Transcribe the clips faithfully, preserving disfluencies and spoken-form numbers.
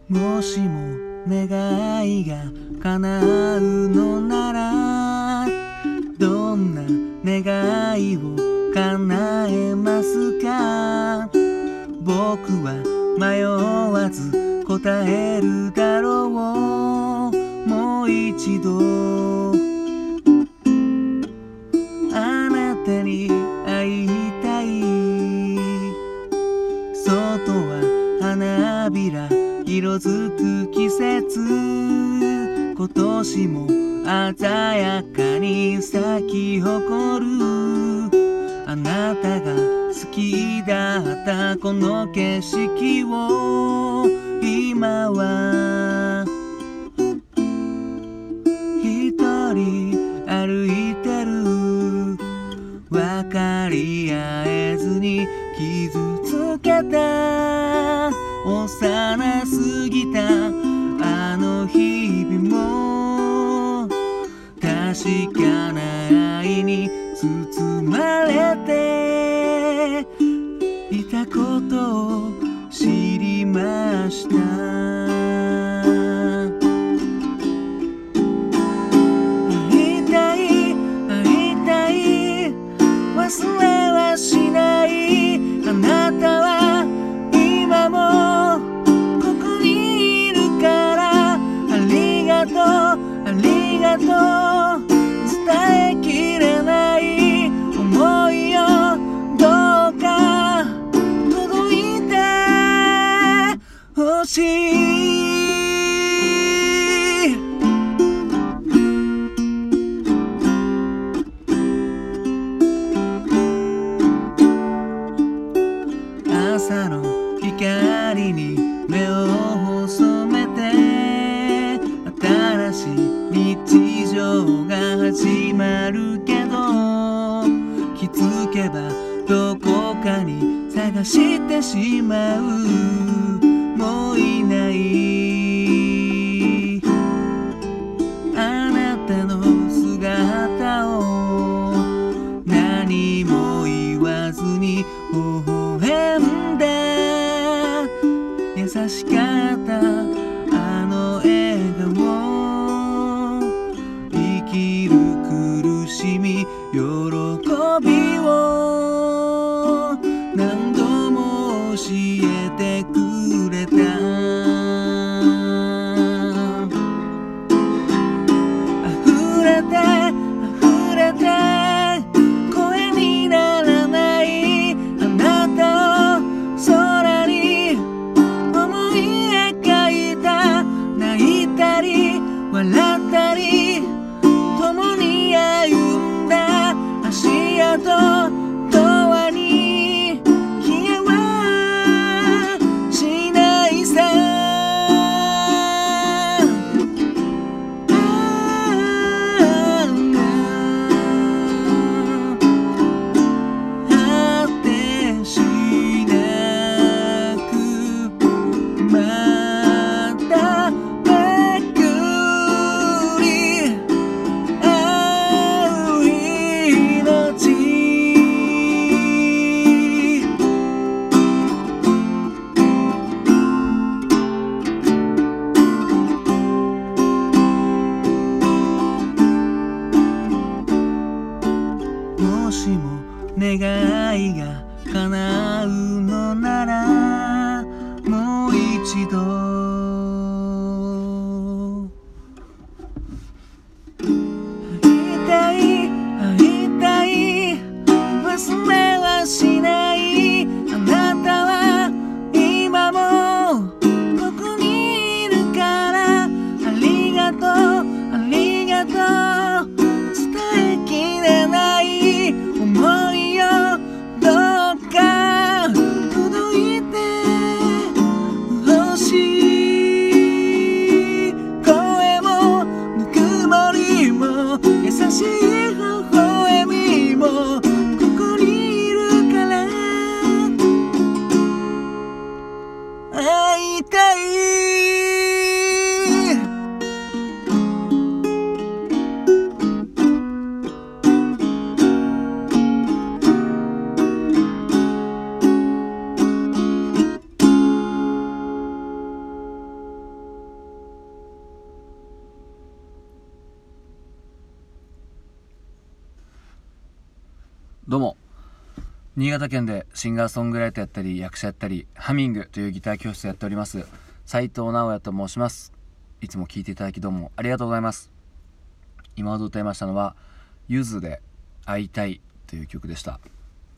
もしも願いが叶うのならどんな願いを叶えますか。僕は迷わず答えるだろう。もう一度あなたに会いたい。外は花びら色づく季節、今年も鮮やかに咲き誇る。あなたが好きだったこの景色を今は一人歩いてる。分かり合えずに傷つけた幼すぎたあの日々も確かな愛に包まれていたことを知りました。会いたい会いたい忘れはしない。あなたは今もここにいるからありがとうありがとう。伝えきれない思いをどうか届いてほしい。朝の光に目を細めて新しい日常が始まるけど気づけばどこかに探してしまう。もういないあなたの姿を何も言わずに微笑んだ。優しかったあの笑顔、生きる苦しみ喜びを何度も教えてくれた。溢れて溢れて声にならないあなたを空に思い描いた。泣いたり笑ったり共に歩んだ足跡永遠に消えはしないさ。果てしなくまためくり合う命。もしも願いが叶うのならもう一度会いたい会いたい忘れはしない。あなたは今もここにいるからありがとうありがとう。伝えきれない思いをどうかどうも、新潟県でシンガーソングライターやったり役者やったりハミングというギター教室をやっております斉藤直也と申します。いつも聴いていただきどうもありがとうございます。今ほど歌いましたのはゆずで会いたいという曲でした。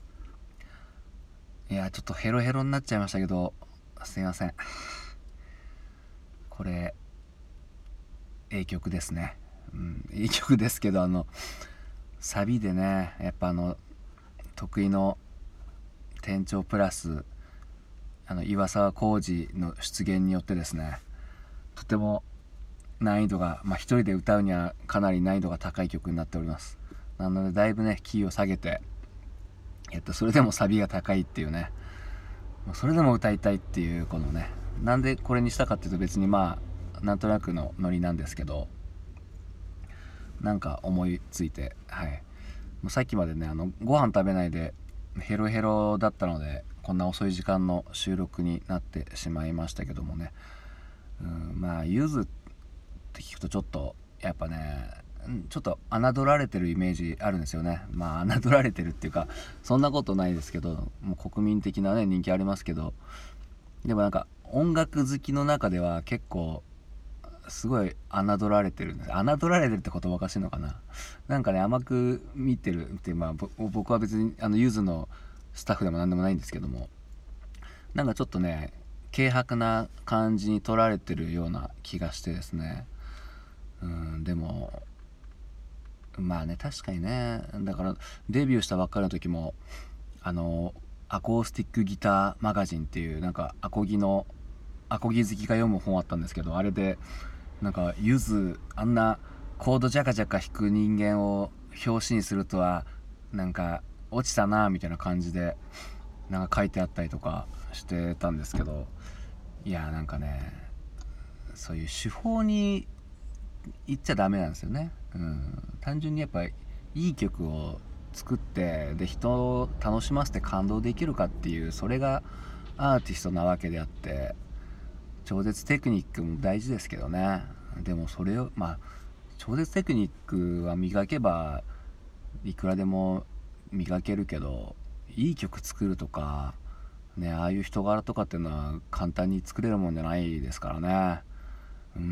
いやちょっとヘロヘロになっちゃいましたけどすいません。これええ曲ですね。うん、いい曲ですけど、あのサビでね、やっぱあの得意の転調プラスあの岩沢浩二の出現によってですね、とても難易度が、まあ、一人で歌うにはかなり難易度が高い曲になっております。なのでだいぶねキーを下げて、えっと、それでもサビが高いっていうね、それでも歌いたいっていうこのね、なんでこれにしたかっていうと別にまあなんとなくのノリなんですけど、なんか思いついて、はい、もうさっきまでねあのご飯食べないでヘロヘロだったのでこんな遅い時間の収録になってしまいましたけどもね、うん、まあゆずって聞くとちょっとやっぱねちょっと侮られてるイメージあるんですよね。まあ侮られてるっていうかそんなことないですけど、もう国民的なね人気ありますけど、でもなんか音楽好きの中では結構すごい侮られてるんです。侮られてるって言葉おかしいのかな。なんかね甘く見てるって、まあ僕は別にあのゆずのスタッフでも何でもないんですけども、なんかちょっとね軽薄な感じに取られてるような気がしてですね。うん、でもまあね確かにね、だからデビューしたばっかりの時もあのアコースティックギターマガジンっていうなんかアコギのアコギ好きが読む本あったんですけど、あれでなんかゆずあんなコードジャカジャカ弾く人間を表紙にするとはなんか落ちたなみたいな感じでなんか書いてあったりとかしてたんですけど、いやなんかねそういう手法に言っちゃダメなんですよね。うん、単純にやっぱりいい曲を作ってで人を楽しませて感動できるかっていう、それがアーティストなわけであって、超絶テクニックも大事ですけどね。でもそれをまあ超絶テクニックは磨けばいくらでも磨けるけど、いい曲作るとかね、ああいう人柄とかっていうのは簡単に作れるもんじゃないですからね。うん、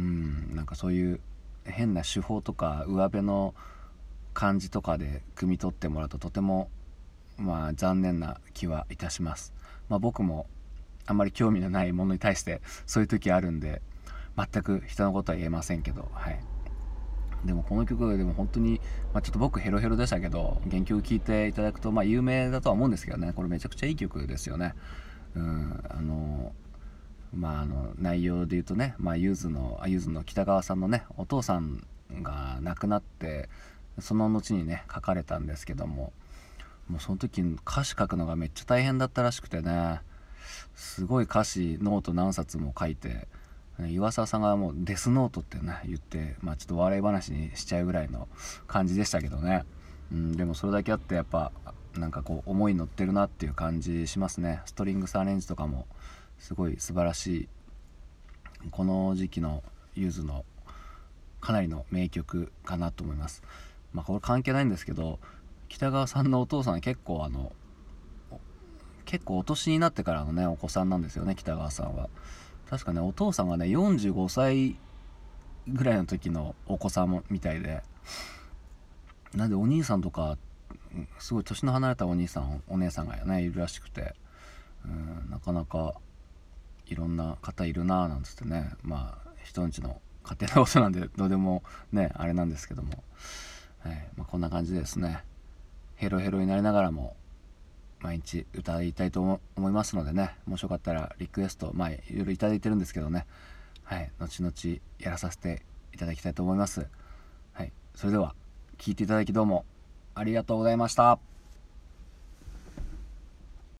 なんかそういう変な手法とか上辺の感じとかで汲み取ってもらうととてもまあ残念な気はいたします。まあ僕もあんまり興味のないものに対してそういう時あるんで全く人のことは言えませんけど、はい。でもこの曲でも本当に、まあ、ちょっと僕ヘロヘロでしたけど原曲聴いていただくとまあ有名だとは思うんですけどね、これめちゃくちゃいい曲ですよね。うん、あのまああの内容で言うとね、まあ、ゆずのゆずの北川さんのねお父さんが亡くなってその後にね書かれたんですけども、もうその時歌詞書くのがめっちゃ大変だったらしくてね、すごい歌詞ノート何冊も書いて、岩沢さんがもうデスノートってね言って、まあ、ちょっと笑い話にしちゃうぐらいの感じでしたけどね、うん、でもそれだけあってやっぱなんかこう思い乗ってるなっていう感じしますね。ストリングスアレンジとかもすごい素晴らしい、この時期のゆずのかなりの名曲かなと思います。まあこれ関係ないんですけど、北川さんのお父さん結構あの結構お年になってからのねお子さんなんですよね、北川さんは。確かねお父さんがねよんじゅうごさいぐらいの時のお子さんもみたいで、なんでお兄さんとかすごい年の離れたお兄さんお姉さんがねいるらしくて、うん、なかなかいろんな方いるなぁなんつってね、まあ人んちの家庭のことなんでどうでもねあれなんですけども、はいまあ、こんな感じでですねヘロヘロになりながらも毎日歌いたいと思いますのでね、もしよかったらリクエストまあいろいろいただいてるんですけどね、はい後々やらさせていただきたいと思います。はい、それでは聴いていただきどうもありがとうございました。